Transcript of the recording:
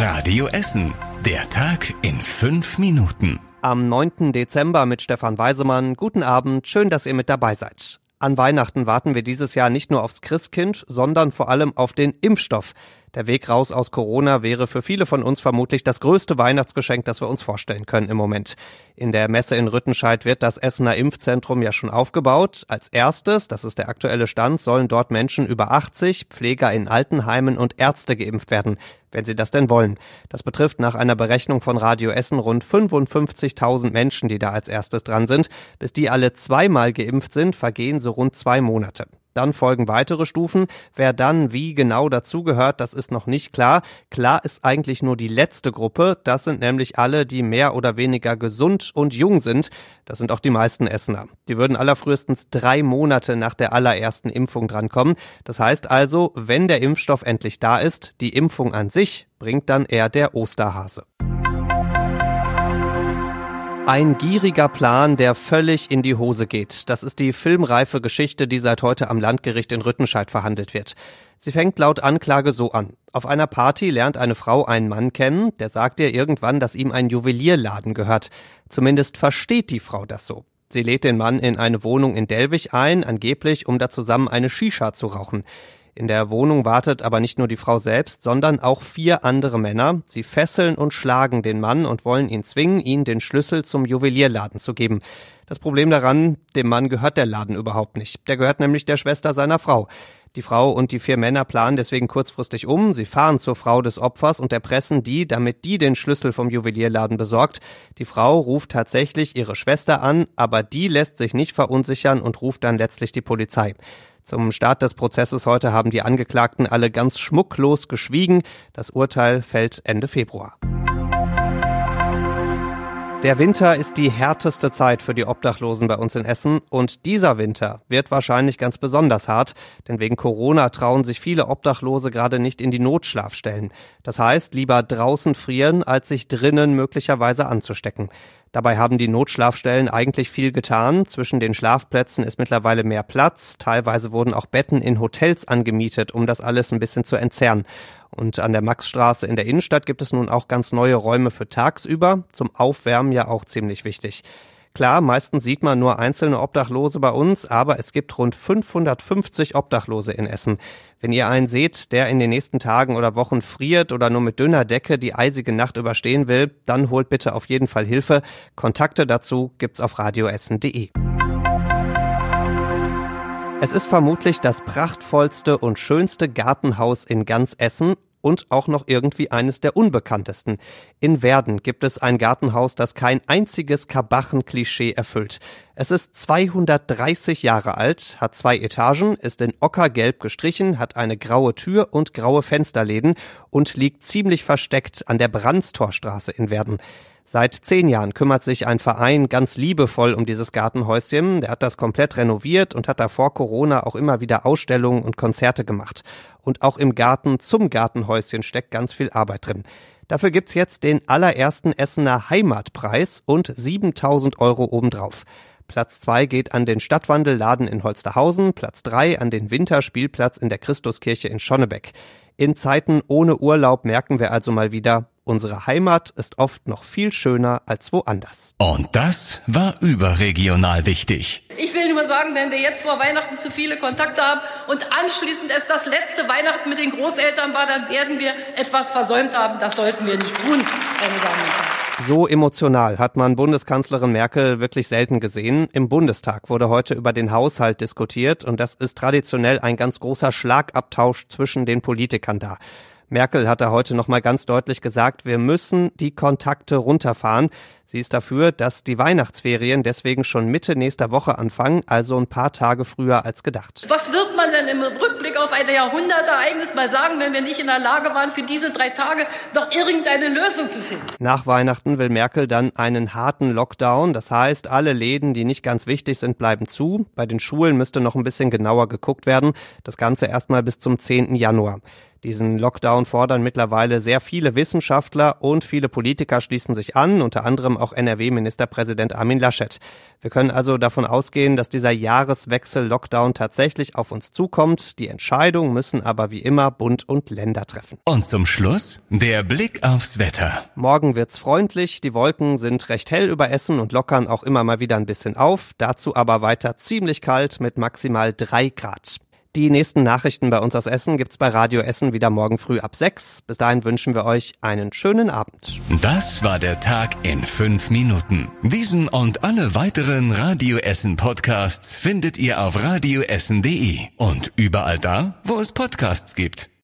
Radio Essen. Der Tag in 5 Minuten. Am 9. Dezember mit Stefan Weisemann. Guten Abend, schön, dass ihr mit dabei seid. An Weihnachten warten wir dieses Jahr nicht nur aufs Christkind, sondern vor allem auf den Impfstoff. Der Weg raus aus Corona wäre für viele von uns vermutlich das größte Weihnachtsgeschenk, das wir uns vorstellen können im Moment. In der Messe in Rüttenscheid wird das Essener Impfzentrum ja schon aufgebaut. Als erstes, das ist der aktuelle Stand, sollen dort Menschen über 80, Pfleger in Altenheimen und Ärzte geimpft werden, wenn sie das denn wollen. Das betrifft nach einer Berechnung von Radio Essen rund 55.000 Menschen, die da als erstes dran sind. Bis die alle zweimal geimpft sind, vergehen so rund 2 Monate. Dann folgen weitere Stufen. Wer dann wie genau dazugehört, das ist noch nicht klar. Klar ist eigentlich nur die letzte Gruppe. Das sind nämlich alle, die mehr oder weniger gesund und jung sind. Das sind auch die meisten Essener. Die würden allerfrühestens 3 Monate nach der allerersten Impfung drankommen. Das heißt also, wenn der Impfstoff endlich da ist, die Impfung an sich bringt dann eher der Osterhase. Ein gieriger Plan, der völlig in die Hose geht. Das ist die filmreife Geschichte, die seit heute am Landgericht in Rüttenscheid verhandelt wird. Sie fängt laut Anklage so an. Auf einer Party lernt eine Frau einen Mann kennen, der sagt ihr irgendwann, dass ihm ein Juwelierladen gehört. Zumindest versteht die Frau das so. Sie lädt den Mann in eine Wohnung in Delwig ein, angeblich um da zusammen eine Shisha zu rauchen. In der Wohnung wartet aber nicht nur die Frau selbst, sondern auch 4 andere Männer. Sie fesseln und schlagen den Mann und wollen ihn zwingen, ihnen den Schlüssel zum Juwelierladen zu geben. Das Problem daran, dem Mann gehört der Laden überhaupt nicht. Der gehört nämlich der Schwester seiner Frau. Die Frau und die 4 Männer planen deswegen kurzfristig um. Sie fahren zur Frau des Opfers und erpressen die, damit die den Schlüssel vom Juwelierladen besorgt. Die Frau ruft tatsächlich ihre Schwester an, aber die lässt sich nicht verunsichern und ruft dann letztlich die Polizei. Zum Start des Prozesses heute haben die Angeklagten alle ganz schmucklos geschwiegen. Das Urteil fällt Ende Februar. Der Winter ist die härteste Zeit für die Obdachlosen bei uns in Essen und dieser Winter wird wahrscheinlich ganz besonders hart, denn wegen Corona trauen sich viele Obdachlose gerade nicht in die Notschlafstellen. Das heißt, lieber draußen frieren, als sich drinnen möglicherweise anzustecken. Dabei haben die Notschlafstellen eigentlich viel getan. Zwischen den Schlafplätzen ist mittlerweile mehr Platz. Teilweise wurden auch Betten in Hotels angemietet, um das alles ein bisschen zu entzerren. Und an der Maxstraße in der Innenstadt gibt es nun auch ganz neue Räume für tagsüber. Zum Aufwärmen ja auch ziemlich wichtig. Klar, meistens sieht man nur einzelne Obdachlose bei uns, aber es gibt rund 550 Obdachlose in Essen. Wenn ihr einen seht, der in den nächsten Tagen oder Wochen friert oder nur mit dünner Decke die eisige Nacht überstehen will, dann holt bitte auf jeden Fall Hilfe. Kontakte dazu gibt's auf radioessen.de. Es ist vermutlich das prachtvollste und schönste Gartenhaus in ganz Essen. Und auch noch irgendwie eines der unbekanntesten. In Werden gibt es ein Gartenhaus, das kein einziges Kabachen-Klischee erfüllt. Es ist 230 Jahre alt, hat 2 Etagen, ist in ockergelb gestrichen, hat eine graue Tür und graue Fensterläden und liegt ziemlich versteckt an der Brandstorstraße in Werden. Seit 10 Jahren kümmert sich ein Verein ganz liebevoll um dieses Gartenhäuschen. Der hat das komplett renoviert und hat da vor Corona auch immer wieder Ausstellungen und Konzerte gemacht. Und auch im Garten zum Gartenhäuschen steckt ganz viel Arbeit drin. Dafür gibt's jetzt den allerersten Essener Heimatpreis und 7.000 € obendrauf. Platz 2 geht an den Stadtwandelladen in Holsterhausen, Platz 3 an den Winterspielplatz in der Christuskirche in Schonnebeck. In Zeiten ohne Urlaub merken wir also mal wieder, unsere Heimat ist oft noch viel schöner als woanders. Und das war überregional wichtig. Ich will nur sagen, wenn wir jetzt vor Weihnachten zu viele Kontakte haben und anschließend es das letzte Weihnachten mit den Großeltern war, dann werden wir etwas versäumt haben. Das sollten wir nicht tun, meine Damen und Herren. So emotional hat man Bundeskanzlerin Merkel wirklich selten gesehen. Im Bundestag wurde heute über den Haushalt diskutiert und das ist traditionell ein ganz großer Schlagabtausch zwischen den Politikern da. Merkel hat da heute nochmal ganz deutlich gesagt, wir müssen die Kontakte runterfahren. Sie ist dafür, dass die Weihnachtsferien deswegen schon Mitte nächster Woche anfangen, also ein paar Tage früher als gedacht. Was wird man denn im Rückblick auf ein Jahrhundertereignis mal sagen, wenn wir nicht in der Lage waren, für diese 3 Tage noch irgendeine Lösung zu finden? Nach Weihnachten will Merkel dann einen harten Lockdown. Das heißt, alle Läden, die nicht ganz wichtig sind, bleiben zu. Bei den Schulen müsste noch ein bisschen genauer geguckt werden. Das Ganze erstmal bis zum 10. Januar. Diesen Lockdown fordern mittlerweile sehr viele Wissenschaftler und viele Politiker schließen sich an, unter anderem auch NRW-Ministerpräsident Armin Laschet. Wir können also davon ausgehen, dass dieser Jahreswechsel-Lockdown tatsächlich auf uns zukommt. Die Entscheidung müssen aber wie immer Bund und Länder treffen. Und zum Schluss der Blick aufs Wetter. Morgen wird's freundlich, die Wolken sind recht hell über Essen und lockern auch immer mal wieder ein bisschen auf. Dazu aber weiter ziemlich kalt mit maximal 3 Grad. Die nächsten Nachrichten bei uns aus Essen gibt's bei Radio Essen wieder morgen früh ab 6. Bis dahin wünschen wir euch einen schönen Abend. Das war der Tag in 5 Minuten. Diesen und alle weiteren Radio Essen Podcasts findet ihr auf radioessen.de und überall da, wo es Podcasts gibt.